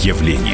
явление.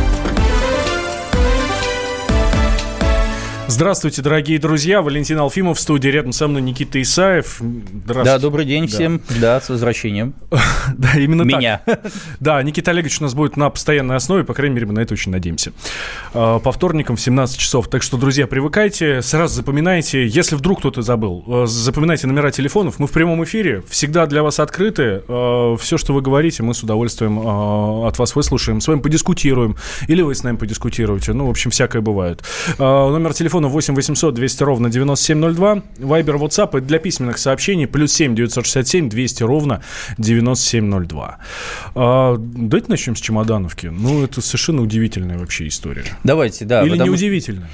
Здравствуйте, дорогие друзья. Валентин Алфимов в студии. Рядом со мной Никита Исаев. Да, добрый день всем. Да, с возвращением. Да, именно меня. Так. Да, Никита Олегович у нас будет на постоянной основе, по крайней мере, мы на это очень надеемся. По вторникам в 17 часов. Так что, друзья, привыкайте, сразу запоминайте. Если вдруг кто-то забыл, запоминайте номера телефонов. Мы в прямом эфире, всегда для вас открыты. Все, что вы говорите, мы с удовольствием от вас выслушаем. С вами подискутируем. Или вы с нами подискутируете. Ну, в общем, всякое бывает. Номер телефона 8 800 200 ровно 9702. Вайбер, WhatsApp и для письменных сообщений +7 967 200 ровно 9702. Давайте начнем с Чемодановки. Ну, это совершенно удивительная вообще история. Давайте, да. Или неудивительная?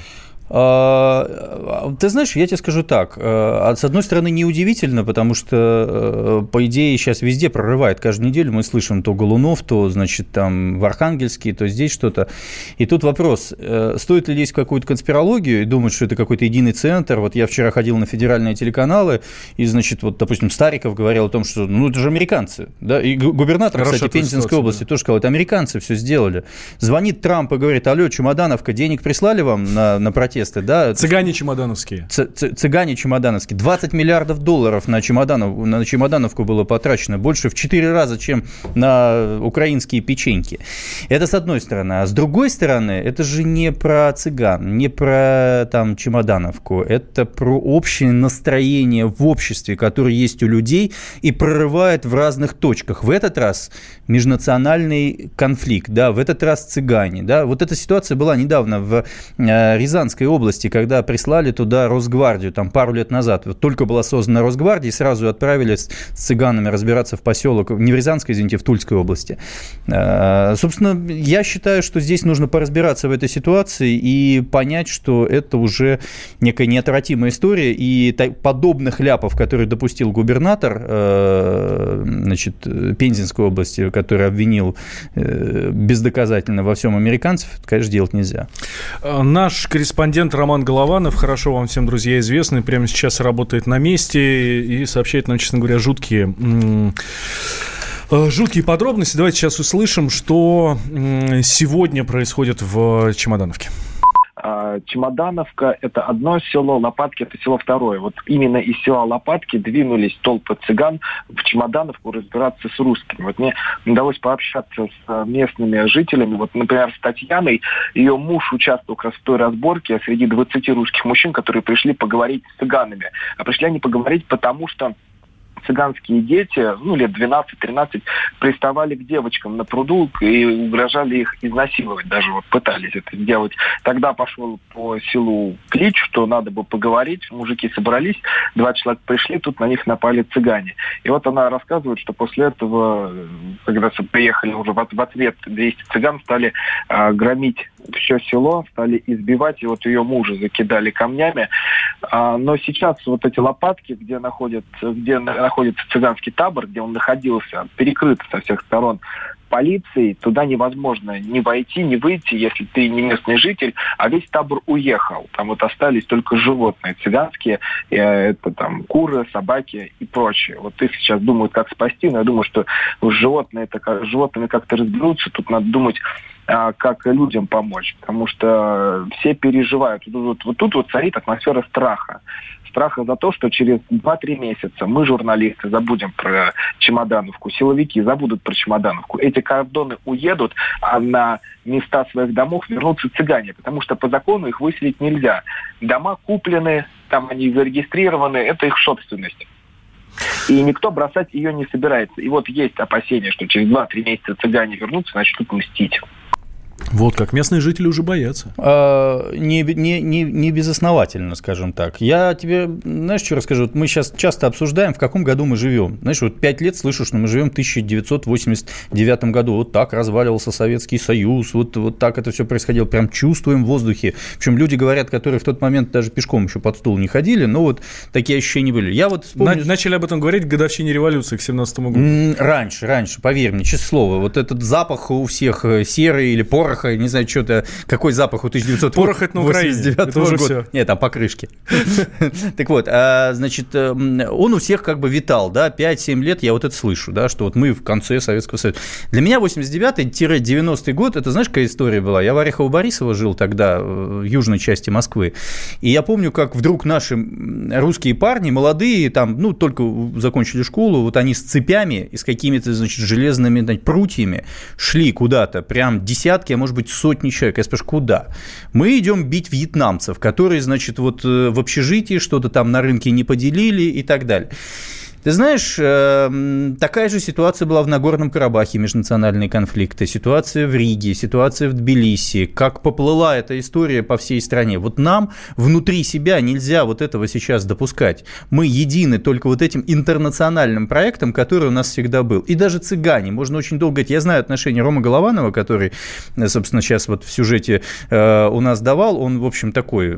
Ты знаешь, я тебе скажу так. С одной стороны, неудивительно, потому что, по идее, сейчас везде прорывает. Каждую неделю мы слышим то Голунов, то, значит, там в Архангельске, то здесь что-то. И тут вопрос, стоит ли лезть в какую-то конспирологию и думать, что это какой-то единый центр. Вот я вчера ходил на федеральные телеканалы, и, значит, вот, допустим, Стариков говорил о том, что, ну, это же американцы. Да? И губернатор, кстати, Пензенской области тоже сказал, это американцы все сделали. Звонит Трамп и говорит: алло, Чемодановка, денег прислали вам на протест? Да? Цыгане чемодановские. Цыгане чемодановские. 20 миллиардов долларов на Чемодановку было потрачено. Больше в 4 раза, чем на украинские печеньки. Это с одной стороны. А с другой стороны, это же не про цыган, не про там Чемодановку. Это про общее настроение в обществе, которое есть у людей и прорывает в разных точках. В этот раз межнациональный конфликт, да, в этот раз цыгане. Да. Вот эта ситуация была недавно в Рязанской области, когда прислали туда Росгвардию, там пару лет назад. Вот только была создана Росгвардия, и сразу отправили с цыганами разбираться в поселок, не в Рязанской, извините, в Тульской области. Собственно, я считаю, что здесь нужно поразбираться в этой ситуации и понять, что это уже некая неотвратимая история, и подобных ляпов, которые допустил губернатор, значит, Пензенской области, который обвинил бездоказательно во всем американцев, это, конечно, делать нельзя. Наш корреспондент Роман Голованов, хорошо вам всем, друзья, известный, прямо сейчас работает на месте и сообщает нам, честно говоря, жуткие подробности. Давайте сейчас услышим, что сегодня происходит в Чемодановке. Чемодановка – это одно село, Лопатки – это село второе. Вот именно из села Лопатки двинулись толпы цыган в Чемодановку разбираться с русскими. Вот мне удалось пообщаться с местными жителями. Вот, например, с Татьяной. Ее муж участвовал как раз в той разборке среди 20 русских мужчин, которые пришли поговорить с цыганами. А пришли они поговорить потому, что цыганские дети, ну, лет 12-13, приставали к девочкам на пруду и угрожали их изнасиловать. Даже вот пытались это сделать. Тогда пошел по селу клич, что надо бы поговорить. Мужики собрались, 2 человека пришли, тут на них напали цыгане. И вот она рассказывает, что после этого, когда приехали уже в ответ 200 цыган, стали громить все село, стали избивать, и вот ее мужа закидали камнями. Но сейчас вот эти Лопатки, где находится цыганский табор, где он находился, перекрыт со всех сторон полицией, туда невозможно ни войти, ни выйти, если ты не местный житель, а весь табор уехал. Там вот остались только животные цыганские, это там куры, собаки и прочее. Вот их сейчас думают, как спасти, но я думаю, что с животными как-то разберутся, тут надо думать, как людям помочь, потому что все переживают. Вот тут вот царит атмосфера страха. Страха за то, что через 2-3 месяца мы, журналисты, забудем про Чемодановку, силовики забудут про Чемодановку. Эти кордоны уедут, а на места своих домов вернутся цыгане, потому что по закону их выселить нельзя. Дома куплены, там они зарегистрированы, это их собственность. И никто бросать ее не собирается. И вот есть опасения, что через 2-3 месяца цыгане вернутся, начнут мстить. Вот как местные жители уже боятся. Не безосновательно, скажем так. Я тебе, знаешь, что расскажу? Вот мы сейчас часто обсуждаем, в каком году мы живем. Знаешь, вот 5 лет слышу, что мы живем в 1989 году. Вот так разваливался Советский Союз, вот так это все происходило. Прям чувствуем в воздухе. Причем люди говорят, которые в тот момент даже пешком еще под стул не ходили, но вот такие ощущения были. Я вот вспомню... Начали об этом говорить к годовщине революции, к 17 году. Раньше, поверь мне, честное слово. Вот этот запах у всех серый или порох пороха, не знаю, что-то, какой запах у 1989 Порох это на Украине, это уже года. все. Нет, там покрышки. Так вот, значит, он у всех как бы витал, да, 5-7 лет я вот это слышу, да, что вот мы в конце Советского Союза. Для меня 89-90 год, это знаешь, какая история была? Я в Орехово-Борисово жил тогда, в южной части Москвы, и я помню, как вдруг наши русские парни, молодые, там, ну, только закончили школу, вот они с цепями и с какими-то, значит, железными прутьями шли куда-то, прям десятки, а может быть, сотни человек. Я спрашиваю, куда? Мы идем бить вьетнамцев, которые, значит, вот в общежитии что-то там на рынке не поделили и так далее. Ты знаешь, такая же ситуация была в Нагорном Карабахе, межнациональные конфликты, ситуация в Риге, ситуация в Тбилиси, как поплыла эта история по всей стране. Вот нам внутри себя нельзя вот этого сейчас допускать. Мы едины только вот этим интернациональным проектом, который у нас всегда был. И даже цыгане, можно очень долго говорить. Я знаю отношение Ромы Голованова, который, собственно, сейчас вот в сюжете у нас давал, он, в общем, такой...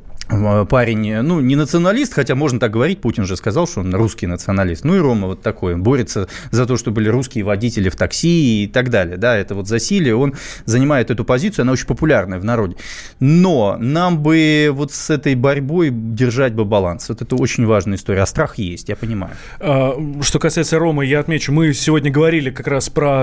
парень, ну, не националист, хотя можно так говорить, Путин же сказал, что он русский националист. Ну и Рома вот такой, борется за то, чтобы были русские водители в такси и так далее. Да, это вот засилие, он занимает эту позицию, она очень популярная в народе. Но нам бы вот с этой борьбой держать бы баланс. Вот это очень важная история. А страх есть, я понимаю. Что касается Ромы, я отмечу, мы сегодня говорили как раз про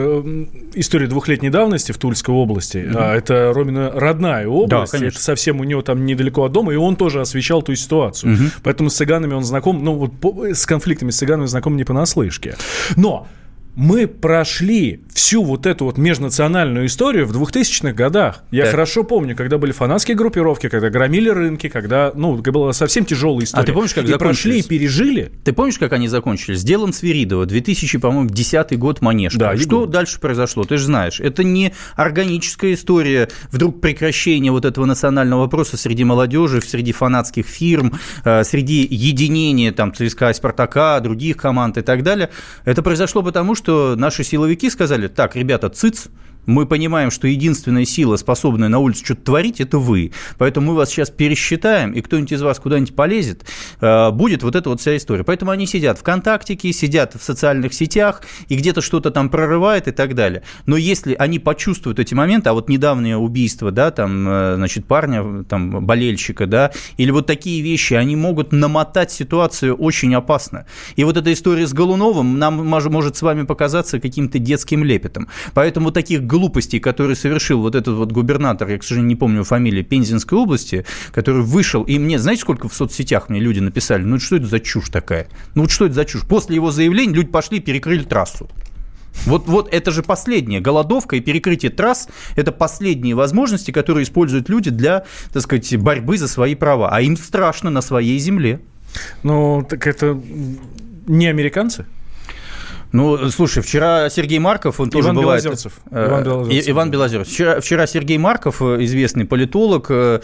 историю двухлетней давности в Тульской области. Это Ромина родная область. Да, это совсем у него там недалеко от дома, и он тоже освещал ту ситуацию. Поэтому с цыганами он знаком, ну, вот с конфликтами с цыганами знаком не понаслышке. Но мы прошли всю вот эту вот межнациональную историю в 2000-х годах. Я хорошо помню, когда были фанатские группировки, когда громили рынки, когда, ну, была совсем тяжелая история. А ты помнишь, как закончились? Прошли и пережили. Ты помнишь, как они закончились? Делом Свиридова, 2010 год, Манежка. Да, что дальше произошло? Ты же знаешь, это не органическая история, вдруг прекращение вот этого национального вопроса среди молодежи, среди фанатских фирм, среди единения там ЦСКА, Спартака, других команд и так далее. Это произошло потому, что наши силовики сказали: так, ребята, цыц, мы понимаем, что единственная сила, способная на улице что-то творить, это вы. Поэтому мы вас сейчас пересчитаем, и кто-нибудь из вас куда-нибудь полезет, будет вот эта вот вся история. Поэтому они сидят в ВКонтактике, сидят в социальных сетях, и где-то что-то там прорывает и так далее. Но если они почувствуют эти моменты, а вот недавнее убийство, да, там, значит, парня, там, болельщика, да, или вот такие вещи, они могут намотать ситуацию очень опасно. И вот эта история с Голуновым нам может с вами показаться каким-то детским лепетом. Поэтому таких глупостей, которые совершил вот этот вот губернатор, я, к сожалению, не помню фамилии, Пензенской области, который вышел, и мне, знаете, сколько в соцсетях мне люди написали, ну, что это за чушь такая? Ну, вот что это за чушь? После его заявления люди пошли и перекрыли трассу. Вот это же последняя голодовка и перекрытие трасс – это последние возможности, которые используют люди для, так сказать, борьбы за свои права. А им страшно на своей земле. Ну, так это не американцы? Ну, слушай, вчера Сергей Марков, он тоже бывает... Иван Белозерцев. Вчера Сергей Марков, известный политолог,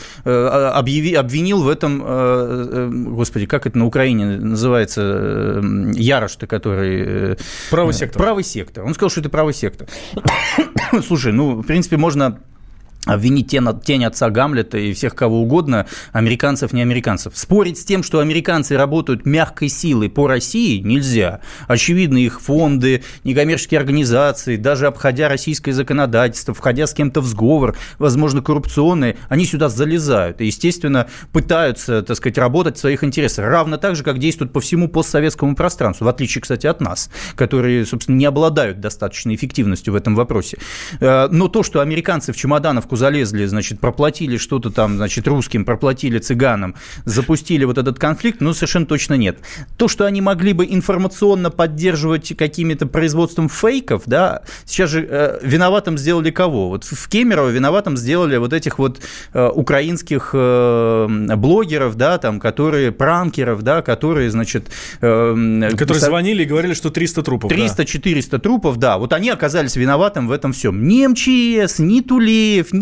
обвинил в этом, господи, как это на Украине называется, Ярош-то, который... Правый сектор. Правый сектор. Он сказал, что это правый сектор. Слушай, ну, в принципе, можно... обвинить тень отца Гамлета и всех кого угодно, американцев, не американцев. Спорить с тем, что американцы работают мягкой силой по России, нельзя. Очевидно, их фонды, некоммерческие организации, даже обходя российское законодательство, входя с кем-то в сговор, возможно, коррупционные, они сюда залезают и, естественно, пытаются, так сказать, работать в своих интересах. Равно так же, как действуют по всему постсоветскому пространству, в отличие, кстати, от нас, которые, собственно, не обладают достаточной эффективностью в этом вопросе. Но то, что американцы в чемодановку залезли, значит, проплатили что-то там, значит, русским, проплатили цыганам, запустили вот этот конфликт, ну, совершенно точно нет. То, что они могли бы информационно поддерживать какими-то производством фейков, да, сейчас же виноватым сделали кого? Вот в Кемерово виноватым сделали вот этих вот украинских блогеров, да, там, которые, пранкеров, да, которые, значит... которые звонили и говорили, что 300 трупов. 300-400 трупов, да, вот они оказались виноватым в этом всем. Ни МЧС, ни Тулеев, ни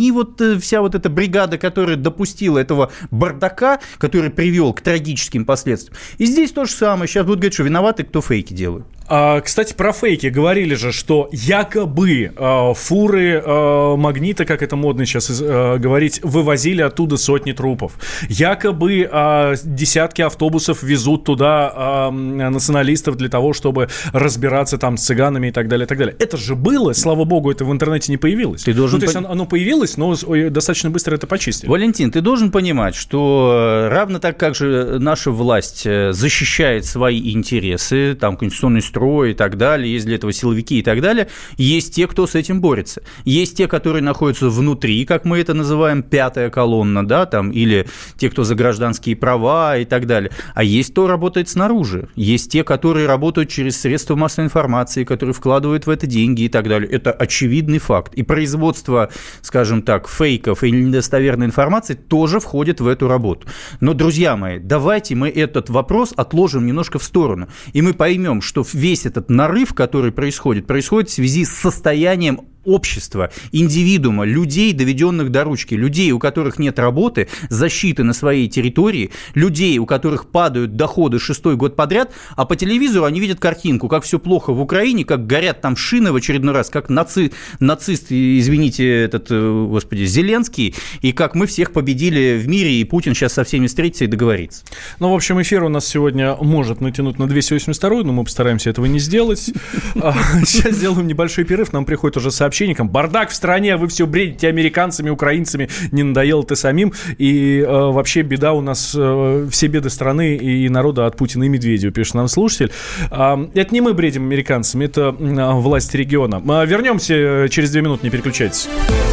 ни вот вся вот эта бригада, которая допустила этого бардака, который привел к трагическим последствиям. И здесь то же самое. Сейчас будут говорить, что виноваты, кто фейки делают. Кстати, про фейки говорили же, что якобы фуры «Магнита», как это модно сейчас говорить, вывозили оттуда сотни трупов. Якобы десятки автобусов везут туда националистов для того, чтобы разбираться там с цыганами и так далее, и так далее. Это же было, слава богу, это в интернете не появилось. То есть оно появилось, но достаточно быстро это почистили. Валентин, ты должен понимать, что равно так, как же наша власть защищает свои интересы, там, конституционный строй и так далее, есть для этого силовики и так далее, есть те, кто с этим борется. Есть те, которые находятся внутри, как мы это называем, пятая колонна, да, там, или те, кто за гражданские права и так далее. А есть кто работает снаружи. Есть те, которые работают через средства массовой информации, которые вкладывают в это деньги и так далее. Это очевидный факт. И производство, скажем так, фейков и недостоверной информации тоже входит в эту работу. Но, друзья мои, давайте мы этот вопрос отложим немножко в сторону, и мы поймем, что весь этот нарыв, который происходит в связи с состоянием общества, индивидуума, людей, доведенных до ручки, людей, у которых нет работы, защиты на своей территории, людей, у которых падают доходы 6-й год подряд, а по телевизору они видят картинку, как все плохо в Украине, как горят там шины в очередной раз, как нацист, извините, Зеленский, и как мы всех победили в мире, и Путин сейчас со всеми встретится и договорится. Ну, в общем, эфир у нас сегодня может натянуть на 282-ю, но мы постараемся этого не сделать. Сейчас сделаем небольшой перерыв, нам приходит уже сообщение. Бардак в стране, вы все бредите американцами, украинцами, не надоело ты самим. И вообще беда у нас, все беды страны и народа от Путина и Медведева, пишет нам слушатель. Это не мы бредим американцами, это власть региона. Вернемся через 2 минуты, не переключайтесь.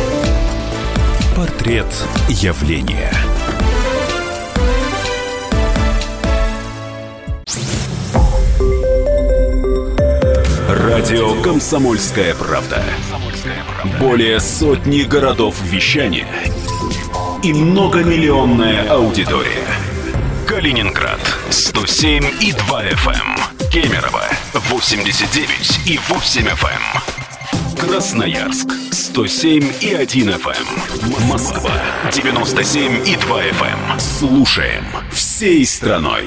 Портрет явления. Радио «Комсомольская правда». Более сотни городов вещания и многомиллионная аудитория. Калининград 107,2 FM, Кемерово 89,8 FM, Красноярск 107,1 FM, Москва 97,2 FM. Слушаем всей страной.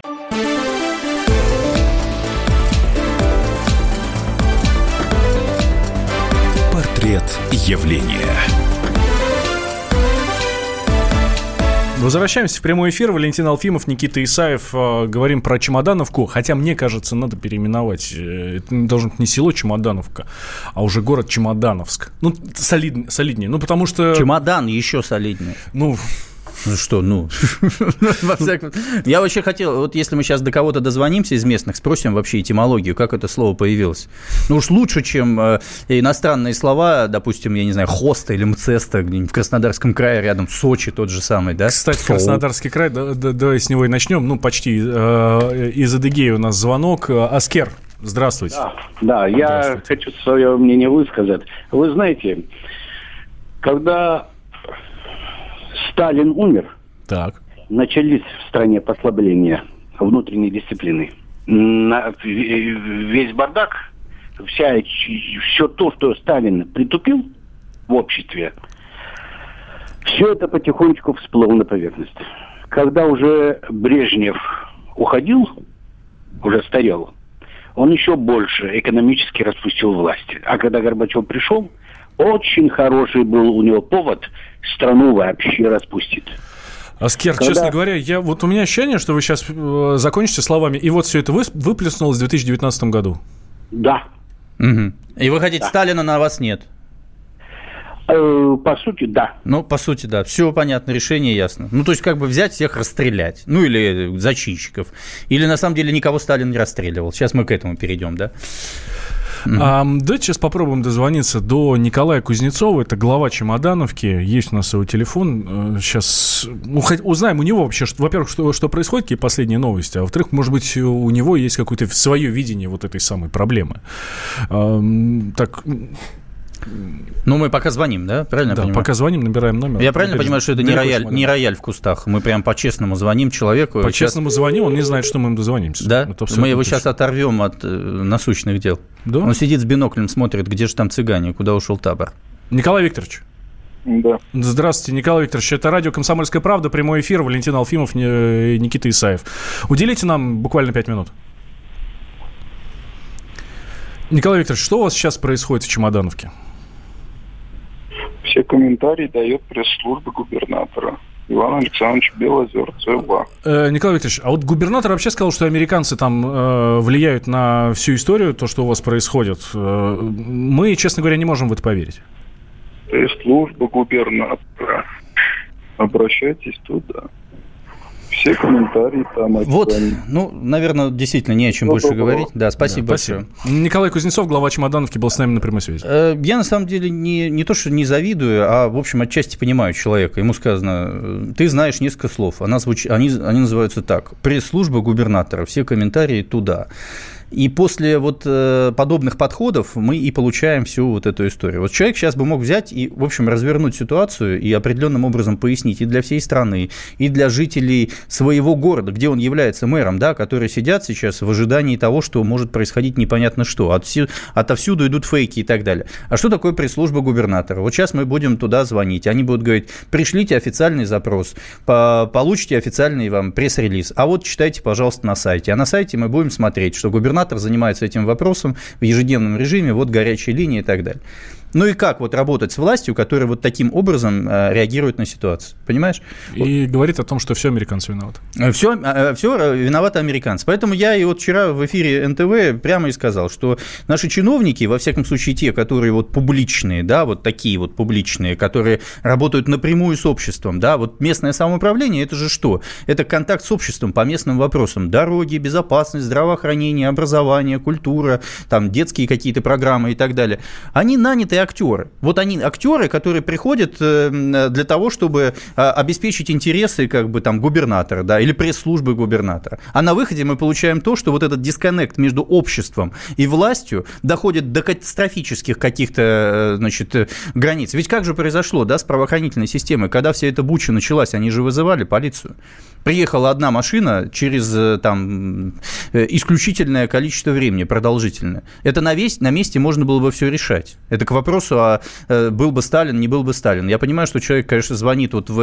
Портрет явления. Возвращаемся в прямой эфир. Валентин Алфимов, Никита Исаев. Говорим про Чемодановку. Хотя, мне кажется, надо переименовать. Это должен быть не село Чемодановка, а уже город Чемодановск. Ну, солиднее. Ну, потому что... Чемодан еще солиднее. Я вообще хотел, вот если мы сейчас до кого-то дозвонимся из местных, спросим вообще этимологию, как это слово появилось. Ну уж лучше, чем иностранные слова, допустим, я не знаю, хоста или мцеста где-нибудь в Краснодарском крае, рядом Сочи тот же самый, да? Кстати, Краснодарский край, давай с него и начнем. Ну, почти из Адыгеи у нас звонок. Аскер, здравствуйте. Да, я хочу свое мнение высказать. Вы знаете, когда Сталин умер, начались в стране послабления внутренней дисциплины. Весь бардак, все то, что Сталин притупил в обществе, все это потихонечку всплыло на поверхность. Когда уже Брежнев уходил, уже старел, он еще больше экономически распустил власть. А когда Горбачев пришел, очень хороший был у него повод страну вообще распустить. Аскер, честно говоря, у меня ощущение, что вы сейчас закончите словами, и вот все это выплеснулось в 2019 году. Да. Угу. И вы хотите, Сталина на вас нет? По сути, да. Ну, по сути, да. Все понятно, решение ясно. Ну, то есть, как бы взять всех, расстрелять. Ну, или зачинщиков. Или, на самом деле, никого Сталин не расстреливал. Сейчас мы к этому перейдем, да? Давайте сейчас попробуем дозвониться до Николая Кузнецова. Это глава Чемодановки. Есть у нас его телефон. Сейчас узнаем у него вообще, во-первых, что происходит, какие последние новости. А во-вторых, может быть, у него есть какое-то свое видение вот этой самой проблемы. Так... Ну, мы пока звоним, да? Правильно понимаю? Да, пока звоним, набираем номер. Я правильно понимаю, что это не рояль в кустах? Мы прям по-честному звоним человеку. По-честному звоним, он не знает, что мы им дозвонимся. Да? Мы его сейчас оторвем от насущных дел. Да? Он сидит с биноклем, смотрит, где же там цыгане, куда ушел табор. Николай Викторович. Да. Здравствуйте, Николай Викторович. Это радио «Комсомольская правда», прямой эфир, Валентин Алфимов, Никита Исаев. Уделите нам буквально 5 минут. Николай Викторович, что у вас сейчас происходит в Чемодановке? Все комментарии дает пресс-служба губернатора Ивана Александровича Белозерцева. Николай Викторович, а вот губернатор вообще сказал, что американцы там влияют на всю историю, то, что у вас происходит. Мы, честно говоря, не можем в это поверить. Пресс-служба губернатора. Обращайтесь туда. Все комментарии там. Вот, ну, наверное, действительно не о чем больше говорить. Да, спасибо большое. Николай Кузнецов, глава Чемодановки, был с нами на прямой связи. Я, на самом деле, не то, что не завидую, а, в общем, отчасти понимаю человека. Ему сказано, ты знаешь несколько слов. Они называются так. Пресс-служба губернатора. Все комментарии туда. И после вот подобных подходов мы и получаем всю вот эту историю. Вот человек сейчас бы мог взять и, в общем, развернуть ситуацию и определенным образом пояснить и для всей страны, и для жителей своего города, где он является мэром, да, которые сидят сейчас в ожидании того, что может происходить непонятно что. Отовсюду идут фейки и так далее. А что такое пресс-служба губернатора? Вот сейчас мы будем туда звонить. Они будут говорить, пришлите официальный запрос, получите официальный вам пресс-релиз. А вот читайте, пожалуйста, на сайте. А на сайте мы будем смотреть, что губернатор занимается этим вопросом в ежедневном режиме, вот горячая линия и так далее. Ну и как вот работать с властью, которая вот таким образом реагирует на ситуацию, понимаешь? И говорит о том, что все американцы виноваты. Все виноваты американцы. Поэтому я и вот вчера в эфире НТВ прямо и сказал, что наши чиновники, во всяком случае те, которые вот публичные, да, вот такие вот публичные, которые работают напрямую с обществом, да, вот местное самоуправление, это же что? Это контакт с обществом по местным вопросам. Дороги, безопасность, здравоохранение, образование, культура, там детские какие-то программы и так далее. Они наняты актеры. Вот они актеры, которые приходят для того, чтобы обеспечить интересы как бы там губернатора, да, или пресс-службы губернатора. А на выходе мы получаем то, что вот этот дисконнект между обществом и властью доходит до катастрофических каких-то, значит, границ. Ведь как же произошло, да, с правоохранительной системой, когда вся эта буча началась, они же вызывали полицию. Приехала одна машина через там исключительное количество времени, продолжительное. Это на месте можно было бы все решать. Это к вопросу, был бы Сталин, не был бы Сталин. Я понимаю, что человек, конечно, звонит вот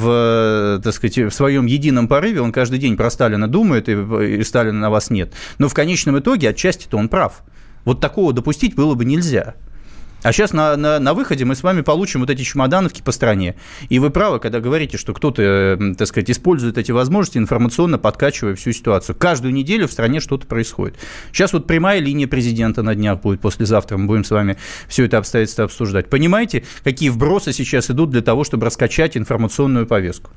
так сказать, в своем едином порыве, он каждый день про Сталина думает, и Сталина на вас нет. Но в конечном итоге отчасти-то он прав. Вот такого допустить было бы нельзя. А сейчас на выходе мы с вами получим вот эти чемодановки по стране. И вы правы, когда говорите, что кто-то, так сказать, использует эти возможности, информационно подкачивая всю ситуацию. Каждую неделю в стране что-то происходит. Сейчас вот прямая линия президента на днях будет, послезавтра мы будем с вами все это обстоятельство обсуждать. Понимаете, какие вбросы сейчас идут для того, чтобы раскачать информационную повестку?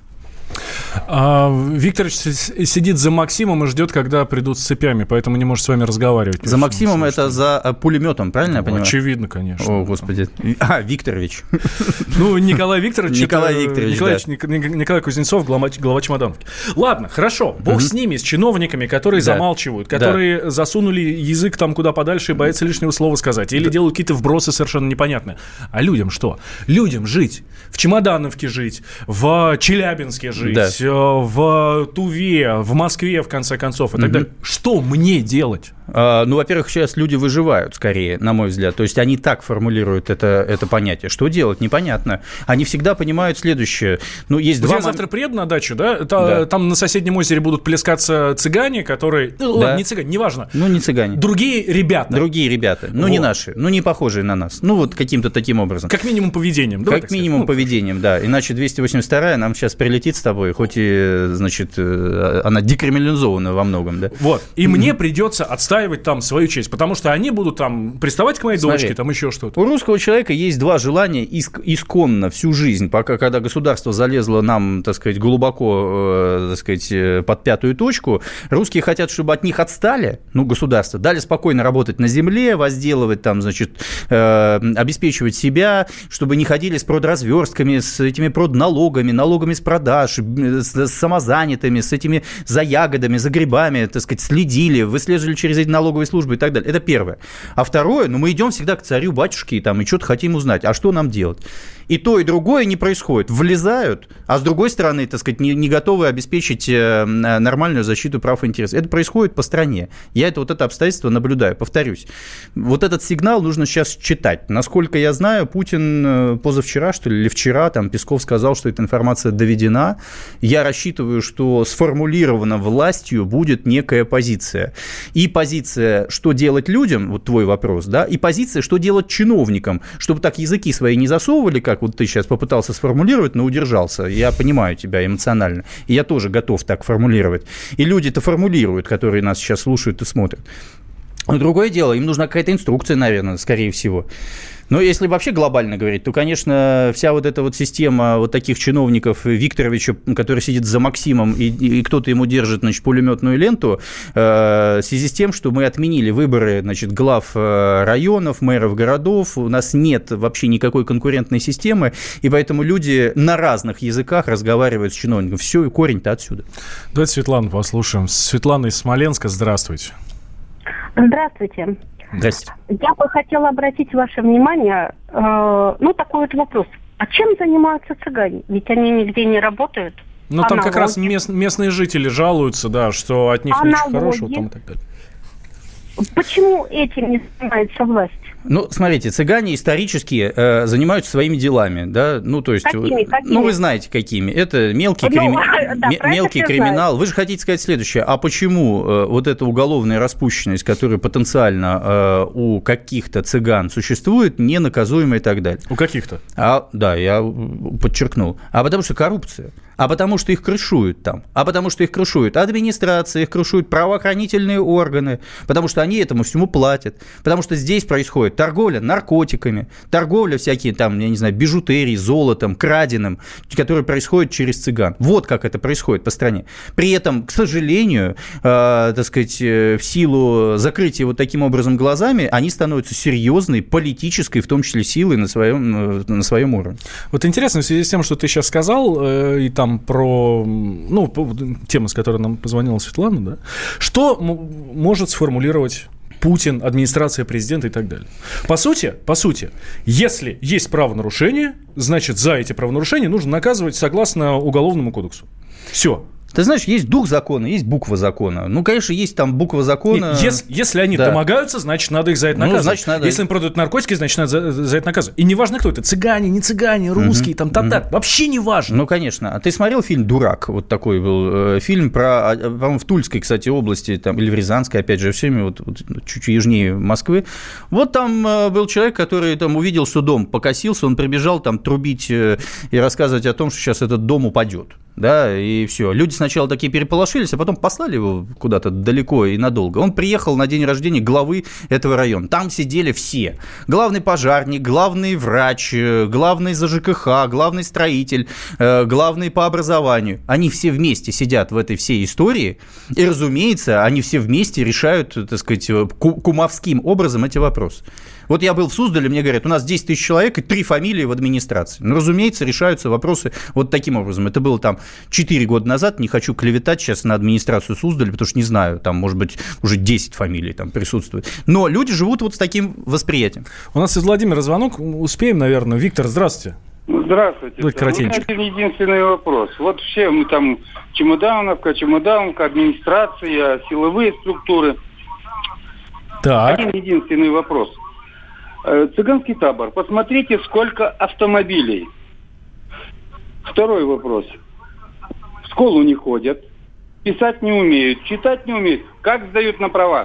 Викторович сидит за Максимом и ждет, когда придут с цепями, поэтому не может с вами разговаривать. За Максимом это за пулеметом, правильно я понимаю? Очевидно, конечно. О, Господи. Викторович. Ну, Николай Викторович. Николай Кузнецов, глава Чемодановки. Ладно, хорошо, бог с ними, с чиновниками, которые замалчивают, которые засунули язык там куда подальше и боятся лишнего слова сказать, или делают какие-то вбросы совершенно непонятные. А людям что? Людям жить, в Чемодановке жить, в Челябинске жить, в Туве, в Москве, в конце концов, и так далее. Что мне делать? Ну, во-первых, сейчас люди выживают, скорее, на мой взгляд. То есть они так формулируют это понятие. Что делать? Непонятно. Они всегда понимают следующее. Ну, есть я завтра приеду на дачу, да? Там на соседнем озере будут плескаться цыгане, которые... Ну, ладно, не цыгане, неважно. Ну, не цыгане. Другие ребята. Ну, не наши. Ну, не похожие на нас. Ну, вот каким-то таким образом. Как минимум поведением. Как минимум поведением, да. Иначе 282-я нам сейчас прилетит с тобой, хоть и, значит, она декриминализована во многом, да. Вот. И мне придется отстаивать там свою честь, потому что они будут там приставать к моей дочке, там еще что-то. У русского человека есть два желания исконно всю жизнь, пока когда государство залезло нам, так сказать, глубоко, так сказать, под пятую точку. Русские хотят, чтобы от них отстали, ну, государство, дали спокойно работать на земле, возделывать там, значит, обеспечивать себя, чтобы не ходили с продразверстками, с этими продналогами, налогами с продаж, с самозанятыми, с этими за ягодами, за грибами, так сказать, следили, выслеживали через эти налоговые службы и так далее. Это первое. А второе, мы идем всегда к царю, батюшке и что-то хотим узнать. А что нам делать? И то, и другое не происходит. Влезают, а с другой стороны, так сказать, не готовы обеспечить нормальную защиту прав и интересов. Это происходит по стране. Я это обстоятельство наблюдаю. Повторюсь, вот этот сигнал нужно сейчас читать. Насколько я знаю, Путин позавчера, что ли, или вчера, там Песков сказал, что эта информация доведена. Я рассчитываю, что сформулирована властью будет некая позиция. И позиция, что делать людям, вот твой вопрос, да, и позиция, что делать чиновникам, чтобы так языки свои не засовывали, как вот ты сейчас попытался сформулировать, но удержался. Я понимаю тебя эмоционально. И я тоже готов так формулировать. И люди-то формулируют, которые нас сейчас слушают и смотрят. Но другое дело, им нужна какая-то инструкция, наверное, скорее всего. Но если вообще глобально говорить, то, конечно, вся вот эта вот система вот таких чиновников Викторовича, который сидит за Максимом, и кто-то ему держит, значит, пулеметную ленту, в связи с тем, что мы отменили выборы, значит, глав районов, мэров городов, у нас нет вообще никакой конкурентной системы, и поэтому люди на разных языках разговаривают с чиновником. Все, и корень-то отсюда. Давайте Светлану послушаем. Светлана из Смоленска, здравствуйте. Здравствуйте. Здрасте. Я бы хотела обратить ваше внимание, такой вот вопрос. А чем занимаются цыгане? Ведь они нигде не работают. Ну, там как раз местные жители жалуются, да, что от них ничего хорошего там и так далее. Почему этим не занимается власть? Ну, смотрите, цыгане исторически занимаются своими делами, да, ну, то есть, какими? Ну, вы знаете, какими. Это мелкий криминал. Вы же хотите сказать следующее, а почему вот эта уголовная распущенность, которая потенциально у каких-то цыган существует, не наказуема и так далее? У каких-то? Да, я подчеркнул. А потому что коррупция. А потому что их крышуют там. А потому что их крышует администрация, их крышуют правоохранительные органы. Потому что они этому всему платят. Потому что здесь происходит торговля наркотиками, торговля всякие там, я не знаю, бижутерией, золотом, краденым, которые происходят через цыган. Вот как это происходит по стране. При этом, к сожалению, так сказать, в силу закрытия вот таким образом глазами, они становятся серьезной политической, в том числе, силой на своем уровне. Вот интересно, в связи с тем, что ты сейчас сказал, и там про, тема, с которой нам позвонила Светлана, да, что может сформулировать Путин, администрация президента и так далее. По сути, если есть правонарушение, значит, за эти правонарушения нужно наказывать согласно Уголовному кодексу. Все. Ты знаешь, есть дух закона, есть буква закона. Ну, конечно, есть там буква закона. Если они домогаются, значит, надо их за это наказывать. Если им продают наркотики, значит, надо за это наказывать. И неважно, кто это, цыгане, не цыгане, русские, там, татар, вообще не важно. Ну, конечно. А ты смотрел фильм «Дурак»? Вот такой был фильм про, по-моему, в Тульской, кстати, области, там, или в Рязанской, опять же, всеми, вот чуть-чуть южнее Москвы. Вот там был человек, который там увидел, что дом покосился, он прибежал там трубить и рассказывать о том, что сейчас этот дом упадет. Да, и все. Люди сначала такие переполошились, а потом послали его куда-то далеко и надолго. Он приехал на день рождения главы этого района. Там сидели все. Главный пожарник, главный врач, главный за ЖКХ, главный строитель, главный по образованию. Они все вместе сидят в этой всей истории. И, разумеется, они все вместе решают, так сказать, кумовским образом эти вопросы. Вот я был в Суздале, мне говорят, у нас 10 тысяч человек и 3 фамилии в администрации. Ну, разумеется, решаются вопросы вот таким образом. Это было там 4 года назад, не хочу клеветать сейчас на администрацию Суздаля, потому что не знаю, там, может быть, уже 10 фамилий там присутствует. Но люди живут вот с таким восприятием. У нас из Владимира звонок, успеем, наверное. Виктор, здравствуйте. Здравствуйте. Будет коротенько. Один единственный вопрос. Вот все мы там чемодановка, администрация, силовые структуры. Так. Один единственный вопрос. Цыганский табор. Посмотрите, сколько автомобилей. Второй вопрос. В школу не ходят, писать не умеют, читать не умеют. Как сдают на права?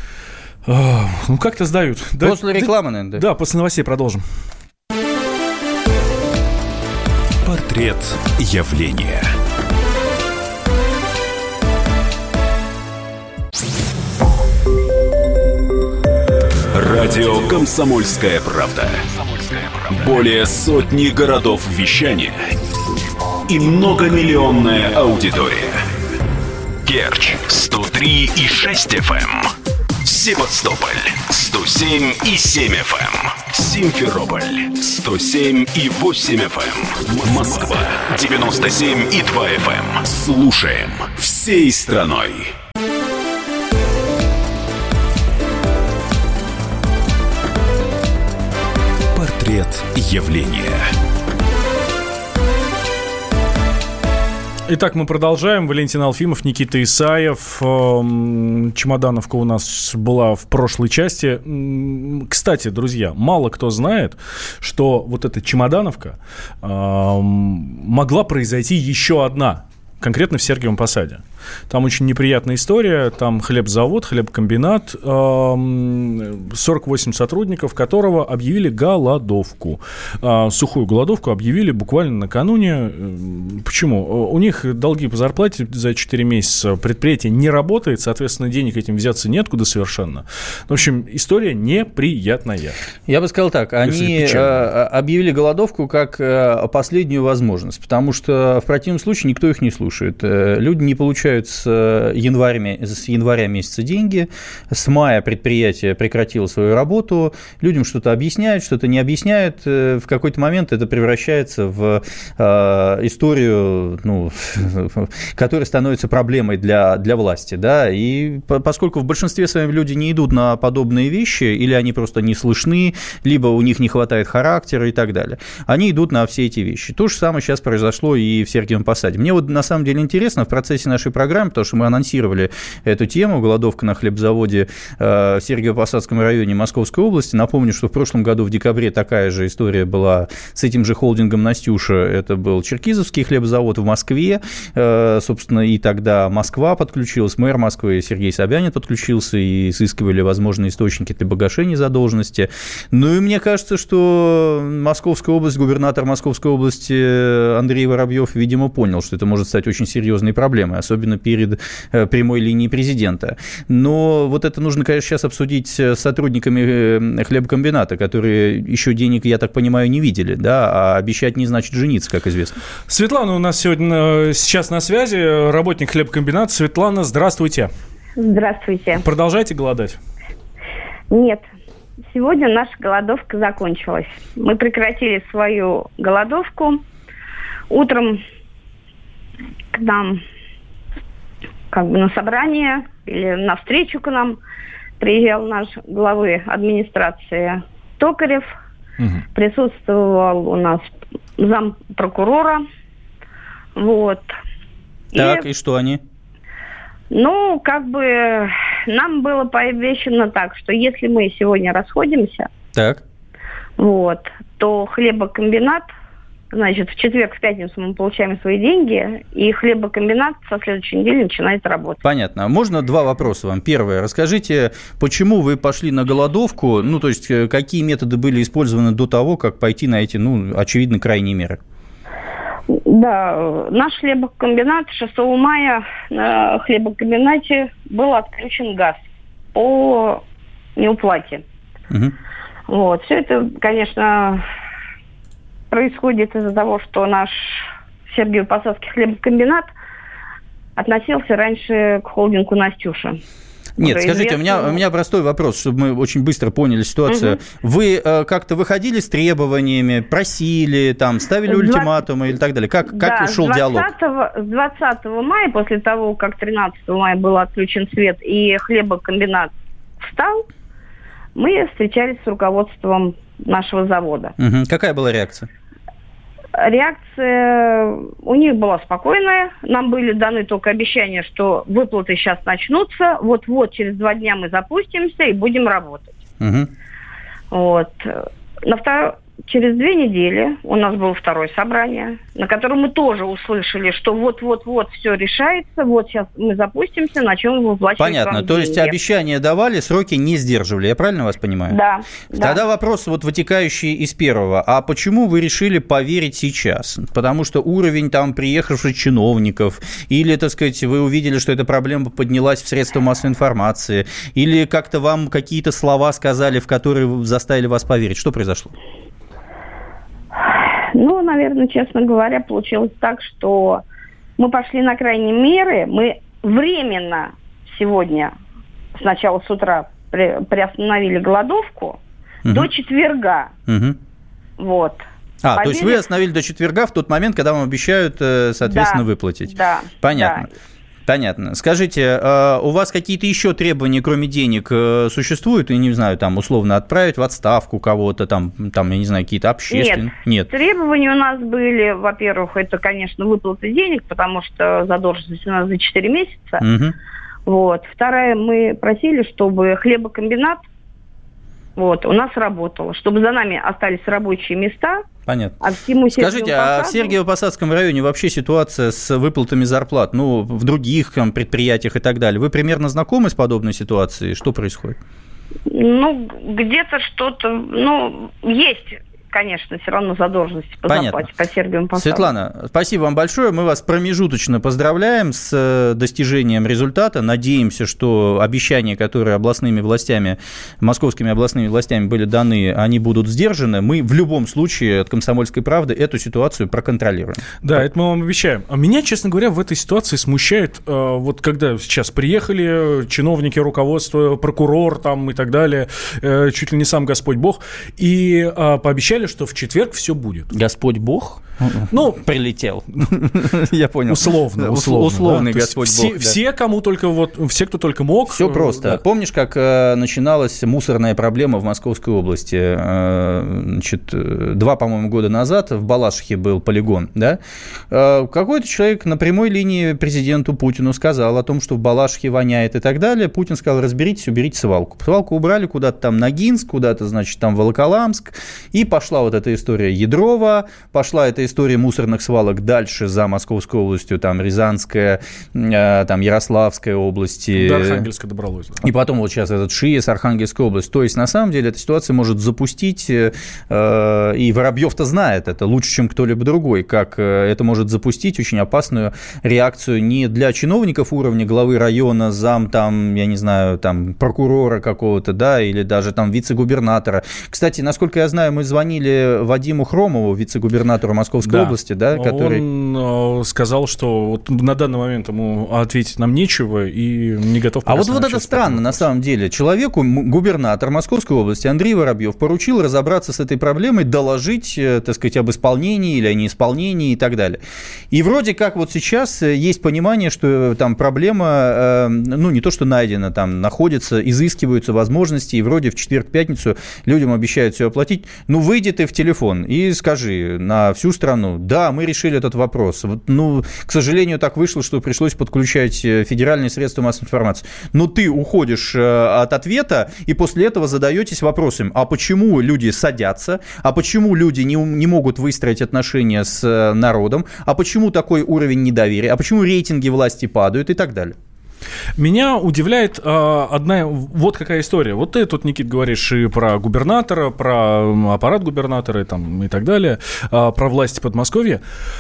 Ну, как-то сдают. После рекламы, наверное. Да, после новостей продолжим. Портрет явления. Радио «Комсомольская правда». Более сотни городов вещания и многомиллионная аудитория. Керчь 103,6 FM, Севастополь 107,7 FM, Симферополь 107,8 FM, Москва 97,2 FM. Слушаем всей страной. Портрет явления. Итак, мы продолжаем. Валентин Алфимов, Никита Исаев. Чемодановка у нас была в прошлой части. Кстати, друзья, мало кто знает, что вот эта Чемодановка могла произойти еще одна, конкретно в Сергиевом Посаде. Там очень неприятная история, там хлебзавод, хлебкомбинат, 48 сотрудников которого объявили голодовку. Сухую голодовку объявили буквально накануне. Почему? У них долги по зарплате за 4 месяца, предприятие не работает, соответственно, денег этим взяться неоткуда совершенно. В общем, история неприятная. Я бы сказал так, они объявили голодовку как последнюю возможность, потому что в противном случае никто их не слушает. Люди не получают с января месяца деньги, с мая предприятие прекратило свою работу, людям что-то объясняют, что-то не объясняют, в какой-то момент это превращается в историю, которая становится проблемой для власти, да, и поскольку в большинстве своем люди не идут на подобные вещи, или они просто не слышны, либо у них не хватает характера и так далее, они идут на все эти вещи. То же самое сейчас произошло и в Сергиевом Посаде. Мне вот на самом деле интересно в процессе нашей программы, потому что мы анонсировали эту тему, голодовка на хлебзаводе в Сергиево-Посадском районе Московской области. Напомню, что в прошлом году в декабре такая же история была с этим же холдингом «Настюша». Это был Черкизовский хлебзавод в Москве. Собственно, и тогда Москва подключилась, мэр Москвы Сергей Собянин подключился, и изыскивали возможные источники для погашения задолженности. Ну и мне кажется, что Московская область, губернатор Московской области Андрей Воробьев, видимо, понял, что это может стать очень серьезной проблемой, особенно перед прямой линией президента. Но вот это нужно, конечно, сейчас обсудить с сотрудниками хлебкомбината, которые еще денег, я так понимаю, не видели, да, а обещать не значит жениться, как известно. Светлана у нас сейчас на связи, работник хлебкомбината. Светлана, здравствуйте. Здравствуйте. Продолжаете голодать? Нет. Сегодня наша голодовка закончилась. Мы прекратили свою голодовку. Утром к нам на собрание или на встречу к нам приезжал наш главы администрации Токарев. Присутствовал у нас зампрокурора. Вот. Так, и что они? Нам было пообещано так, что если мы сегодня расходимся, то хлебокомбинат, значит, в четверг, в пятницу мы получаем свои деньги, и хлебокомбинат со следующей недели начинает работать. Понятно. Можно два вопроса вам? Первое. Расскажите, почему вы пошли на голодовку, то есть какие методы были использованы до того, как пойти на эти, очевидно, крайние меры? Да, наш хлебокомбинат 6 мая на хлебокомбинате был отключен газ по неуплате. Все это, конечно, происходит из-за того, что наш Сергиево-Посадский хлебокомбинат относился раньше к холдингу «Настюша». Нет, скажите, у меня простой вопрос, чтобы мы очень быстро поняли ситуацию. Вы как-то выходили с требованиями, просили, ставили ультиматумы или так далее? Как шел диалог? С 20 мая, после того, как 13 мая был отключен свет и хлебокомбинат встал, мы встречались с руководством нашего завода. Какая была реакция? Реакция у них была спокойная. Нам были даны только обещания, что выплаты сейчас начнутся. Вот-вот через 2 дня мы запустимся и будем работать. Через 2 недели у нас было второе собрание, на котором мы тоже услышали, что вот-вот-вот все решается, вот сейчас мы запустимся, начнем выплачивать. Понятно, то есть обещания давали, сроки не сдерживали, я правильно вас понимаю? Да. Тогда вопрос, вытекающий из первого, а почему вы решили поверить сейчас? Потому что уровень приехавших чиновников, или, так сказать, вы увидели, что эта проблема поднялась в средства массовой информации, или как-то вам какие-то слова сказали, в которые заставили вас поверить? Что произошло? Наверное, честно говоря, получилось так, что мы пошли на крайние меры. Мы временно сегодня, сначала с утра, приостановили голодовку до четверга. То есть вы остановили до четверга в тот момент, когда вам обещают, соответственно, выплатить. Да. Понятно. Да. Понятно. Скажите, у вас какие-то еще требования, кроме денег, существуют? Я не знаю, там, условно, отправить в отставку кого-то, там я не знаю, какие-то общественные? Нет. Требования у нас были, во-первых, это, конечно, выплата денег, потому что задолженность у нас за 4 месяца. Угу. Вот. Вторая, мы просили, чтобы хлебокомбинат у нас работал, чтобы за нами остались рабочие места. Понятно. Скажите, а в Сергиево-Посадском районе вообще ситуация с выплатами зарплат, в других предприятиях и так далее, вы примерно знакомы с подобной ситуацией? Что происходит? Где-то что-то, есть, конечно, все равно задолженности по зарплате по Сергиевому Посаду. Светлана, спасибо вам большое. Мы вас промежуточно поздравляем с достижением результата. Надеемся, что обещания, которые московскими областными властями были даны, они будут сдержаны. Мы в любом случае от «Комсомольской правды» эту ситуацию проконтролируем. Да, это мы вам обещаем. А меня, честно говоря, в этой ситуации смущает, когда сейчас приехали чиновники, руководство, прокурор там и так далее, чуть ли не сам Господь Бог, и пообещали, что в четверг все будет. Господь Бог? Прилетел. Я понял. Условный да? Господь Бог. Все, все, кто только мог. Все просто. Да. Помнишь, как начиналась мусорная проблема в Московской области? 2, по-моему, года назад в Балашихе был полигон, да? Какой-то человек на прямой линии президенту Путину сказал о том, что в Балашихе воняет и так далее. Путин сказал: разберитесь, уберите свалку. Свалку убрали куда-то там на Гинск, куда-то, там в Волоколамск. И пошла вот эта история Ядрова, пошла эта история мусорных свалок дальше за Московской областью, там Рязанская, там Ярославская области. До Архангельска добралось. Да. И потом вот сейчас этот ШИЭС, Архангельская область. То есть, на самом деле, эта ситуация может запустить, и Воробьев-то знает это лучше, чем кто-либо другой, как это может запустить очень опасную реакцию не для чиновников уровня главы района, зам, там, я не знаю, там, прокурора какого-то, да, или даже там вице-губернатора. Кстати, насколько я знаю, мы звонили Вадиму Хромову, вице-губернатору Московской области, да, который... Он сказал, что на данный момент ему ответить нам нечего и не готов... А вот это странно, на самом деле. Человеку губернатор Московской области Андрей Воробьев поручил разобраться с этой проблемой, доложить, так сказать, об исполнении или о неисполнении и так далее. И вроде как вот сейчас есть понимание, что там проблема, не то что найдена, там находится, изыскиваются возможности, и вроде в четверг-пятницу людям обещают все оплатить. Выйди ты в телефон и скажи на всю страну: да, мы решили этот вопрос. К сожалению, так вышло, что пришлось подключать федеральные средства массовой информации. Но ты уходишь от ответа, и после этого задаетесь вопросом: а почему люди садятся, а почему люди не могут выстроить отношения с народом, а почему такой уровень недоверия, а почему рейтинги власти падают и так далее. Меня удивляет одна вот какая история. Вот ты тут, Никит, говоришь и про губернатора, про аппарат губернатора и так далее, про власти Подмосковья.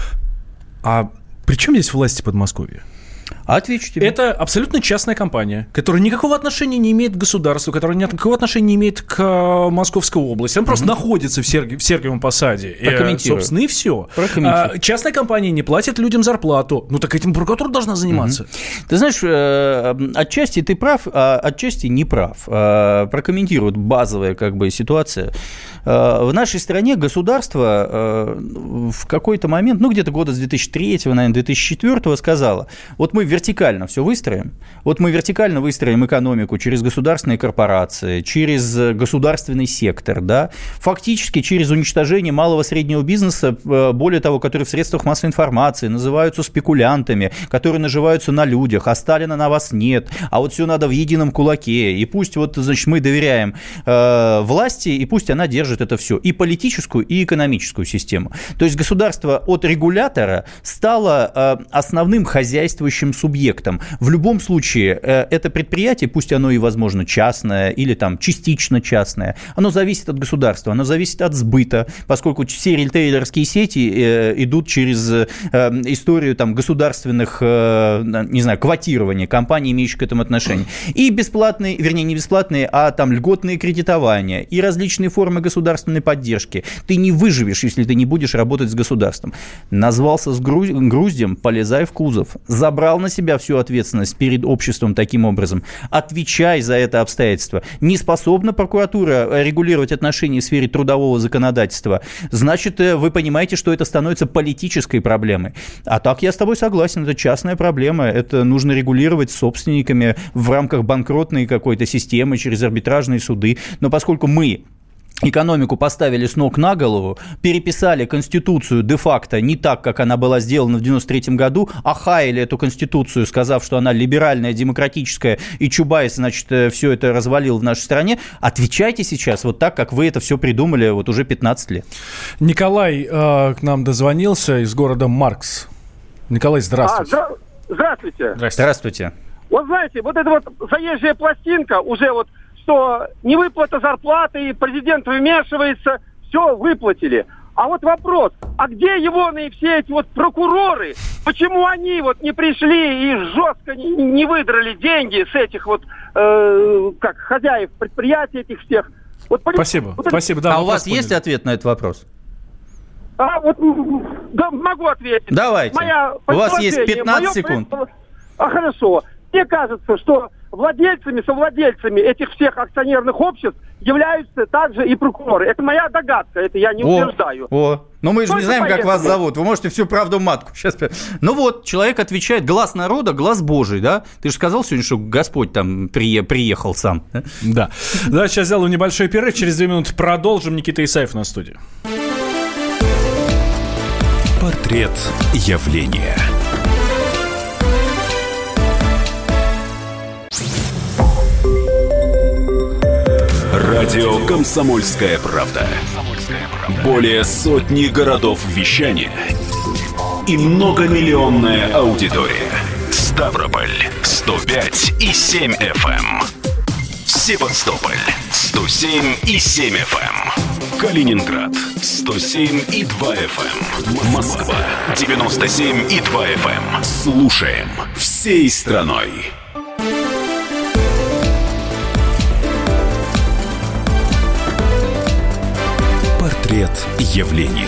А при чем здесь власти Подмосковья? Отвечу тебе. Это абсолютно частная компания, которая никакого отношения не имеет к государству, которая никакого отношения не имеет к Московской области. Она просто находится в Сергиевом Посаде. Собственно, и все. Частная компания не платит людям зарплату. Так этим прокуратура должна заниматься. Ты знаешь, отчасти ты прав, а отчасти не прав. Прокомментирует базовая ситуация. В нашей стране государство в какой-то момент, где-то года с 2003, наверное, 2004 сказало: вот мы вертикально все выстроим, мы вертикально выстроим экономику через государственные корпорации, через государственный сектор, да, фактически через уничтожение малого и среднего бизнеса, более того, которые в средствах массовой информации называются спекулянтами, которые наживаются на людях, а Сталина на вас нет, а вот все надо в едином кулаке, и пусть мы доверяем власти, и пусть она держит это все, и политическую, и экономическую систему. То есть государство от регулятора стало основным хозяйствующим субъектом. В любом случае, это предприятие, пусть оно и, возможно, частное или там частично частное, оно зависит от государства, оно зависит от сбыта, поскольку все ритейлерские сети идут через историю там государственных, квотирования компаний, имеющих к этому отношение. И бесплатные, вернее, не бесплатные, а там льготные кредитования и различные формы государственной поддержки. Ты не выживешь, если ты не будешь работать с государством. Назвался с груздем, полезай в кузов. Забрал взял на себя всю ответственность перед обществом таким образом, отвечай за это обстоятельство. Не способна прокуратура регулировать отношения в сфере трудового законодательства, значит, вы понимаете, что это становится политической проблемой. А так я с тобой согласен, это частная проблема, это нужно регулировать с собственниками в рамках банкротной какой-то системы, через арбитражные суды. Но поскольку мы экономику поставили с ног на голову, переписали Конституцию де-факто не так, как она была сделана в 93 году, охаяли эту Конституцию, сказав, что она либеральная, демократическая, и Чубайс, значит, все это развалил в нашей стране. Отвечайте сейчас вот так, как вы это все придумали вот уже 15 лет. Николай к нам дозвонился из города Маркс. Николай, здравствуйте. Здравствуйте. Здравствуйте. Вот знаете, вот эта вот заезжая пластинка уже вот, что невыплата зарплаты, и президент вмешивается, все выплатили. А вот вопрос, а где егоные все эти вот прокуроры? Почему они вот не пришли и жестко не выдрали деньги с этих вот, как хозяев предприятий этих всех? Вот, спасибо, вот спасибо. Да, а у вас есть ответ на этот вопрос? Да, могу ответить. Давайте. У вас есть 15 секунд. Хорошо. Мне кажется, что совладельцами этих всех акционерных обществ являются также и прокуроры. Это моя догадка, это я не утверждаю. Но мы же не знаем, как вас зовут. Вы можете всю правду матку. Сейчас. Ну вот, человек отвечает: глаз народа, глаз Божий, да? Ты же сказал сегодня, что Господь там приехал сам. Да. Да, сейчас сделаем небольшой перерыв. Через 2 минуты продолжим. Никита Исаев на студии. Портрет явления. Радио «Комсомольская правда». Более сотни городов вещания и многомиллионная аудитория. Ставрополь 105,7 FM. Севастополь 107,7 FM. Калининград 107,2 FM. Москва 97,2 FM. Слушаем всей страной. Портрет явления.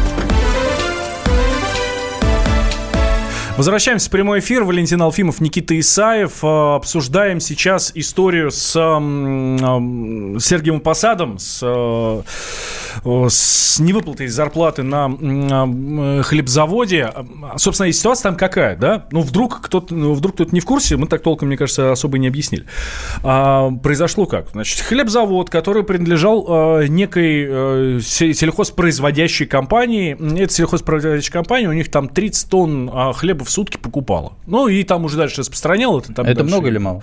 Возвращаемся в прямой эфир. Валентин Алфимов, Никита Исаев. Обсуждаем сейчас историю с Сергиевым Посадом, с невыплатой зарплаты на хлебзаводе. Собственно, ситуация там какая, да? Вдруг кто-то не в курсе, мы так толком, мне кажется, особо не объяснили. Произошло как? Значит, хлебзавод, который принадлежал некой сельхозпроизводящей компании. Эта сельхозпроизводящая компания, у них там 30 тонн хлеба в сутки покупала. И там уже дальше распространял это. Там это дальше... много или мало?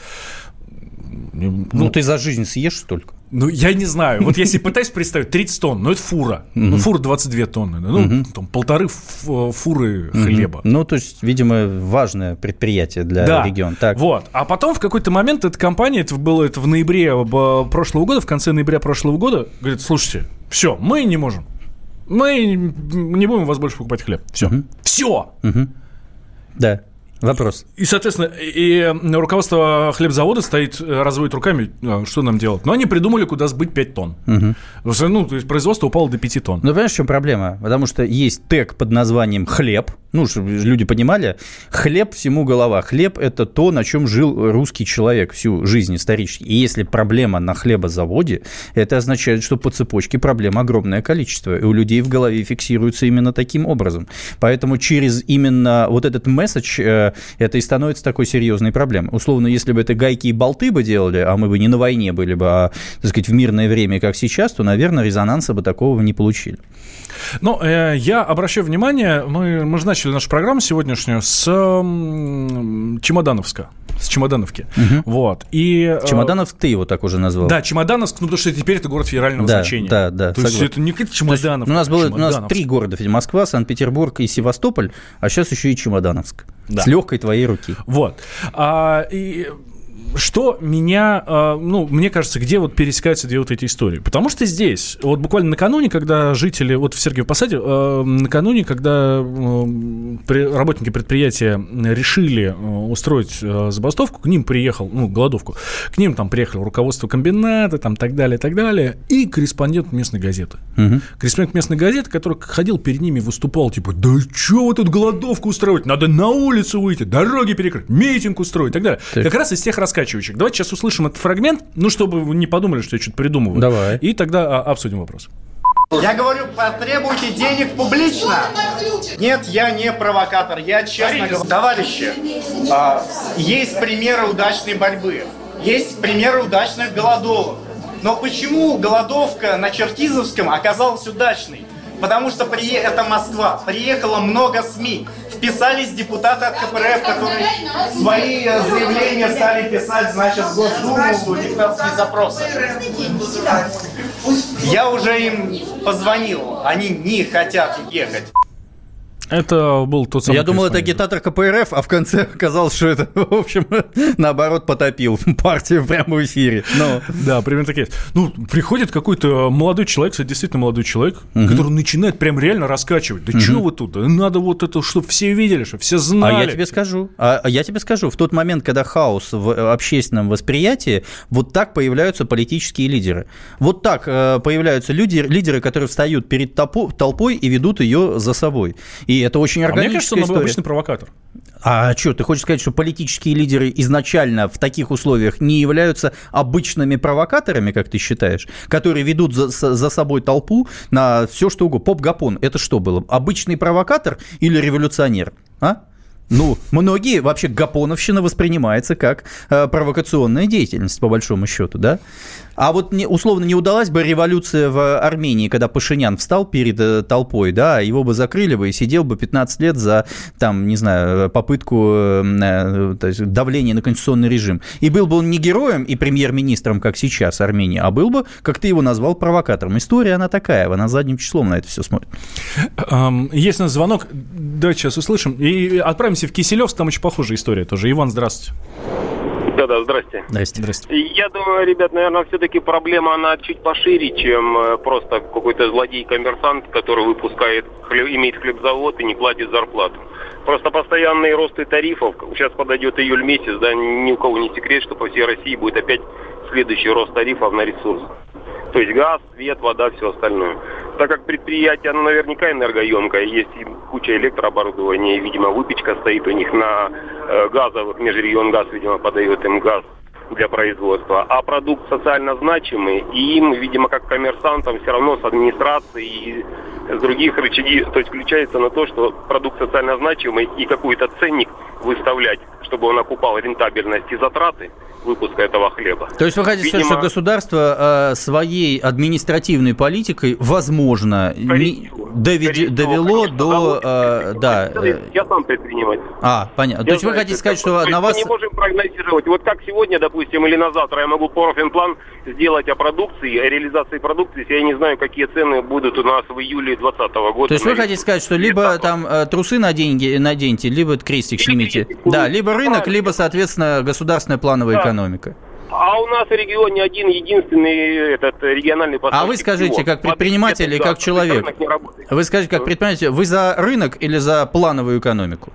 Ты за жизнь съешь столько? Я не знаю. Вот если пытаюсь представить, 30 тонн, это фура. Фура 22 тонны. Там 1,5 фуры хлеба. То есть, видимо, важное предприятие для региона. Так. Вот. А потом в какой-то момент эта компания, это в ноябре прошлого года, в конце ноября прошлого года, говорит: слушайте, все, мы не можем. Мы не будем у вас больше покупать хлеб. Все. Все! Да. Вопрос. И, соответственно, руководство хлебзавода стоит, разводит руками, что нам делать? Но они придумали, куда сбыть 5 тонн. То есть производство упало до 5 тонн. Понимаешь, в чем проблема? Потому что есть тег под названием «хлеб». Чтобы люди понимали, хлеб всему голова. Хлеб – это то, на чем жил русский человек всю жизнь исторически. И если проблема на хлебозаводе, это означает, что по цепочке проблем огромное количество. И у людей в голове фиксируется именно таким образом. Поэтому через именно вот этот месседж это и становится такой серьезной проблемой. Условно, если бы это гайки и болты бы делали, а мы бы не на войне были бы, а, так сказать, в мирное время, как сейчас, то, наверное, резонанса бы такого не получили. Но я обращаю внимание, мы же начали нашу программу сегодняшнюю с Чемодановска. С Чемодановки. Вот. И, Чемодановск ты его так уже назвал. Да, Чемодановск, потому что теперь это город федерального значения. Да. То есть это не какие-то Чемодановка. У нас 3 города: Москва, Санкт-Петербург и Севастополь, а сейчас еще и Чемодановск. Да. С легкой твоей руки. Вот. что меня, мне кажется, где вот пересекаются две вот эти истории? Потому что здесь, вот буквально накануне, когда жители, вот в Сергиевом Посаде, накануне, когда работники предприятия решили устроить забастовку, к ним приехал, голодовку, к ним там приехало руководство комбината, там так далее, и корреспондент местной газеты. Корреспондент местной газеты, который ходил перед ними, выступал, типа, да что вы тут голодовку устраиваете? Надо на улицу выйти, дороги перекрыть, митинг устроить и так далее. Так. Как раз из тех раскачивающих. Давайте сейчас услышим этот фрагмент, чтобы вы не подумали, что я что-то придумываю. Давай. И тогда обсудим вопрос. Я говорю, потребуйте денег публично. Нет, я не провокатор. Я честно говорю, товарищи, есть примеры удачной борьбы, есть примеры удачных голодовок. Но почему голодовка на Черкизовском оказалась удачной? Потому что это Москва. Приехало много СМИ. Вписались депутаты от КПРФ, которые свои заявления стали писать, в Госдуму, депутатские запросы. Я уже им позвонил. Они не хотят ехать. Это был тот самый... Я думал, это агитатор КПРФ, а в конце оказалось, что это, в общем, наоборот, потопил партию прямо в эфире. Но... Да, примерно так и есть. Приходит какой-то молодой человек, кстати, действительно молодой человек, который начинает прям реально раскачивать. Да что вы тут? Надо вот это, чтобы все видели, чтобы все знали. А я тебе скажу, в тот момент, когда хаос в общественном восприятии, вот так появляются политические лидеры. Вот так появляются лидеры, которые встают перед толпой и ведут ее за собой. И это очень органическая мне кажется, он история. Обычный провокатор. А что, ты хочешь сказать, что политические лидеры изначально в таких условиях не являются обычными провокаторами, как ты считаешь, которые ведут за собой толпу на все, что угодно? Поп-Гапон, это что было? Обычный провокатор или революционер? Многие, вообще, гапоновщина воспринимается как провокационная деятельность, по большому счету, да? А вот условно не удалась бы революция в Армении, когда Пашинян встал перед толпой, да, его бы закрыли бы и сидел бы 15 лет за, попытку давления на конституционный режим. И был бы он не героем и премьер-министром, как сейчас Армении, а был бы, как ты его назвал, провокатором. История, она такая, она задним числом на это все смотрит. Есть у нас звонок, давайте сейчас услышим, и отправимся в Киселевск, там очень похожая история тоже. Иван, здравствуйте. Да, здрасте. Здрасте. Я думаю, ребят, наверное, все-таки проблема, она чуть пошире, чем просто какой-то злодей-коммерсант, который имеет хлебзавод и не платит зарплату. Просто постоянные росты тарифов. Сейчас подойдет июль месяц, да, ни у кого не секрет, что по всей России будет опять следующий рост тарифов на ресурсы. То есть газ, свет, вода, все остальное. Так как предприятие, оно наверняка энергоемкое, есть и куча электрооборудования, и, видимо, выпечка стоит у них на газовых, Межрегионгаз, видимо, подает им газ для производства. А продукт социально значимый, и им, видимо, как коммерсантам, все равно с администрации и с других рычагей, то есть включается на то, что продукт социально значимый и какой-то ценник выставлять, чтобы он окупал рентабельность и затраты выпуска этого хлеба. То есть вы хотите сказать, что государство своей административной политикой, возможно, довело до... Я сам предприниматель. Понятно. То есть вы хотите сказать, что на вас... Мы не можем прогнозировать. Вот как сегодня, допустим, или на завтра я могу профинплан сделать о продукции, о реализации продукции, если я не знаю, какие цены будут у нас в июле 2020 года. То есть вы хотите сказать, что либо там трусы наденьте, либо крестик снимите. Да, либо рынок, либо, соответственно, государственная плановая экономика. А у нас в регионе один единственный региональный поставщик. А вы скажите, как предприниматель и как человек, вы скажите, как предприниматель, вы за рынок или за плановую экономику?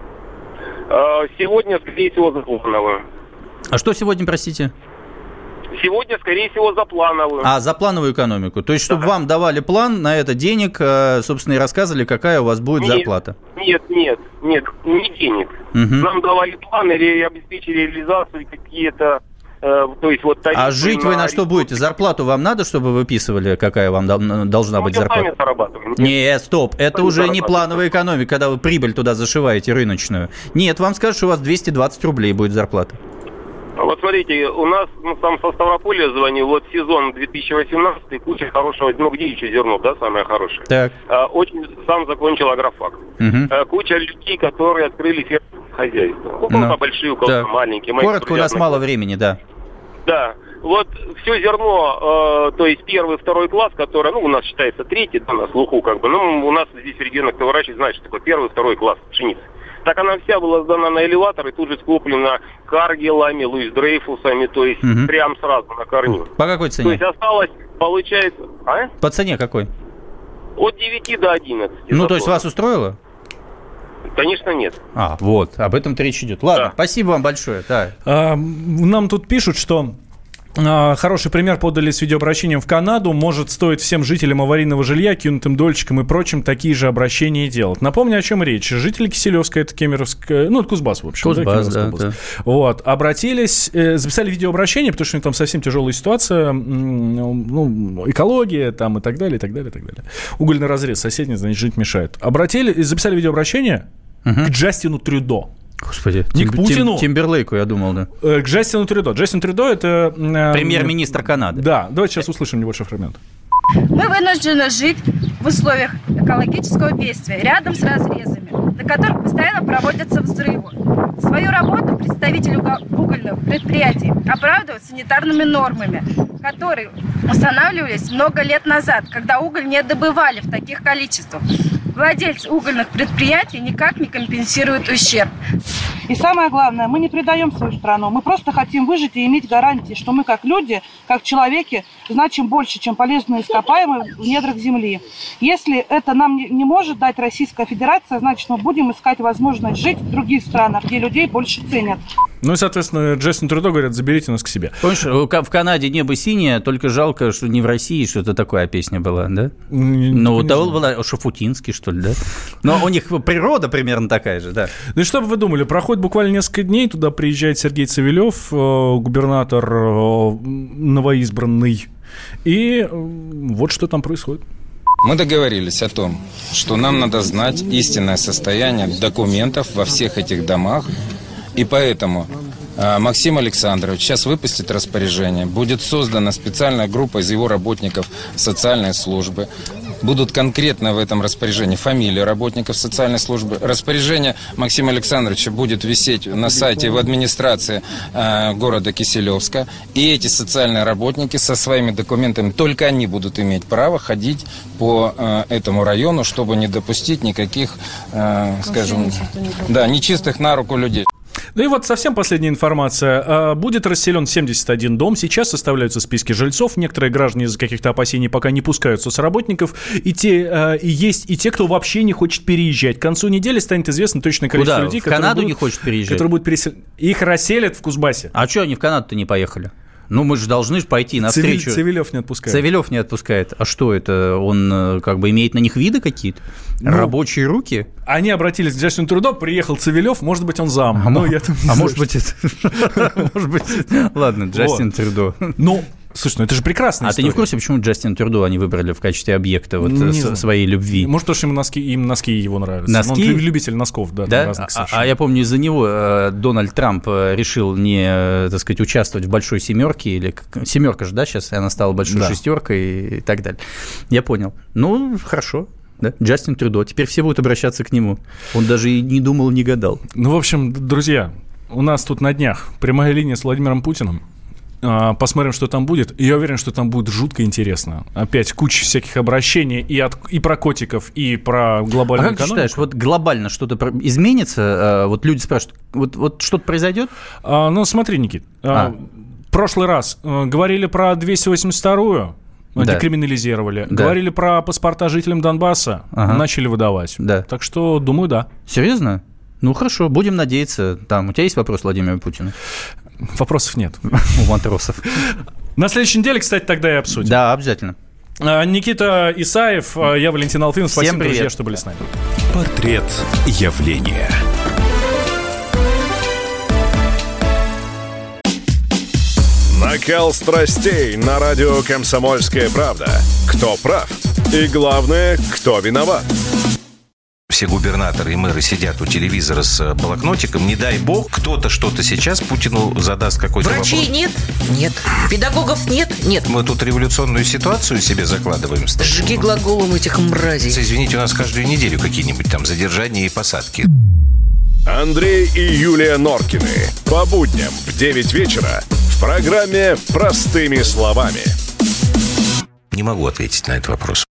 Сегодня, скорее всего, за плановую. А что сегодня, простите? Сегодня, скорее всего, за плановую. За плановую экономику. То есть, чтобы вам давали план на это денег, собственно, и рассказывали, какая у вас будет зарплата. Нет, не денег. Нам давали план и обеспечили реализацию какие-то... То есть вот жить вы на что будете? Зарплату вам надо, чтобы выписывали, какая вам должна быть зарплата? Нет, стоп, это уже не плановая экономика, когда вы прибыль туда зашиваете рыночную. Нет, вам скажут, что у вас 220 рублей будет зарплата. Вот смотрите, у нас сам со Ставрополя звонил, вот сезон 2018, куча хорошего, где еще зерно, да, самое хорошее. Так. Сам закончил агрофак. Куча людей, которые открыли фермерское хозяйство. У кого-то большие, у кого-то маленькие. Коротко, у нас мало времени, да. Да, вот все зерно, то есть первый, второй класс, которое, у нас считается третий, да, на слуху, у нас здесь в регионах, кто выращивает, знает, что такое первый, второй класс пшеницы. Так она вся была сдана на элеватор и тут же скоплена Каргилами, Луис Дрейфусами, то есть прям сразу на корню. По какой цене? То есть осталось, получается... А? По цене какой? От 9 до 11. Ну, то есть вас устроило? Конечно, нет. Вот, об этом-то речь идет. Ладно, да. Спасибо вам большое. Да. Нам тут пишут, что хороший пример подали с видеообращением в Канаду. Может стоить всем жителям аварийного жилья, кинутым дольщикам и прочим такие же обращения делать. Напомню, о чем речь. Жители Киселевска, это Кемеровская, это Кузбасс, в общем. Кузбасс, да. Вот, обратились, записали видеообращение, потому что у них там совсем тяжелая ситуация, экология там и так далее, и так далее, и так далее. Угольный разрез соседний, значит, жить мешает. Записали видеообращение к Джастину Трюдо. Господи, не к Путину. Тимберлейку, я думал, да. К Джастину Трюдо. Джастин Трюдо – это... премьер-министр Канады. Да, давайте сейчас услышим небольшой фрагмент. Мы вынуждены жить в условиях экологического бедствия, рядом с разрезами, на которых постоянно проводятся взрывы. Свою работу представители угольных предприятий оправдывают санитарными нормами, которые устанавливались много лет назад, когда уголь не добывали в таких количествах. Владельцы угольных предприятий никак не компенсируют ущерб. И самое главное, мы не предаем свою страну. Мы просто хотим выжить и иметь гарантии, что мы как люди, как человеки, значим больше, чем полезные ископаемые в недрах земли. Если это нам не может дать Российская Федерация, значит, мы будем искать возможность жить в других странах, где людей больше ценят. Ну и, соответственно, Джастин Трюдо говорят, заберите нас к себе. Помнишь, в Канаде небо синее, только жалко, что не в России, что-то такое песня была, да? Ну, вот того была Шафутинский, что ли, да? Но у них природа примерно такая же, да. Ну и что бы вы думали, проходит буквально несколько дней, туда приезжает Сергей Цивилев, губернатор новоизбранный, и вот что там происходит. Мы договорились о том, что нам надо знать истинное состояние документов во всех этих домах, и поэтому Максим Александрович сейчас выпустит распоряжение. Будет создана специальная группа из его работников социальной службы. Будут конкретно в этом распоряжении фамилии работников социальной службы. Распоряжение Максима Александровича будет висеть на сайте в администрации города Киселевска. И эти социальные работники со своими документами, только они будут иметь право ходить по этому району, чтобы не допустить никаких, скажем, нечистых на руку людей. Ну и вот совсем последняя информация. Будет расселен 71 дом. Сейчас составляются списки жильцов. Некоторые граждане из-за каких-то опасений пока не пускают соцработников. И есть и те, кто вообще не хочет переезжать. К концу недели станет известно точное количество людей, которые в Канаду не хочет переезжать. Которые будут их расселят в Кузбассе. А что они в Канаду-то не поехали? Ну, мы же должны пойти навстречу. Цивилев не отпускает. Цивилев не отпускает. А что это? Он как бы имеет на них виды какие-то? Рабочие руки? Они обратились к Джастину Трюдо, приехал Цивилев, может быть, он зам. Может быть, ладно, Джастин Трюдо. Ну, слушай, это же прекрасно. А ты не в курсе, почему Джастин Трюдо они выбрали в качестве объекта своей любви? Может, потому что им носки его нравятся. Носки? Он любитель носков, да? А я помню, из-за него Дональд Трамп решил не, так сказать, участвовать в большой семерке, или семерка же, да, сейчас она стала большой шестеркой и так далее. Я понял. Ну, хорошо. Да? Джастин Трюдо. Теперь все будут обращаться к нему. Он даже и не думал, не гадал. Ну, в общем, друзья, у нас тут на днях прямая линия с Владимиром Путиным. Посмотрим, что там будет. И я уверен, что там будет жутко интересно. Опять куча всяких обращений и про котиков, и про глобальную экономику. Как ты считаешь, вот глобально что-то изменится? Вот люди спрашивают, вот что-то произойдет? Ну, смотри, Никит. Прошлый раз говорили про 282-ю. Декриминализировали. Да. Говорили про паспорта жителям Донбасса, начали выдавать. Да. Так что, думаю, да. Серьезно? Ну, хорошо, будем надеяться. Там, у тебя есть вопрос, Владимир Путин? Вопросов нет. У матросов. На следующей неделе, кстати, тогда и обсудим. Да, обязательно. Никита Исаев, я Валентин Алфимов. Спасибо, друзья, что были с нами. Портрет явления. Накал страстей на радио «Комсомольская правда». Кто прав? И главное, кто виноват? Все губернаторы и мэры сидят у телевизора с блокнотиком. Не дай бог, кто-то что-то сейчас Путину задаст какой-то вопрос. Врачей нет? Нет. Педагогов нет? Нет. Мы тут революционную ситуацию себе закладываем. Сжиги глаголом этих мразей. Извините, у нас каждую неделю какие-нибудь там задержания и посадки. Андрей и Юлия Норкины. По будням в 9 вечера в программе «Простыми словами». Не могу ответить на этот вопрос.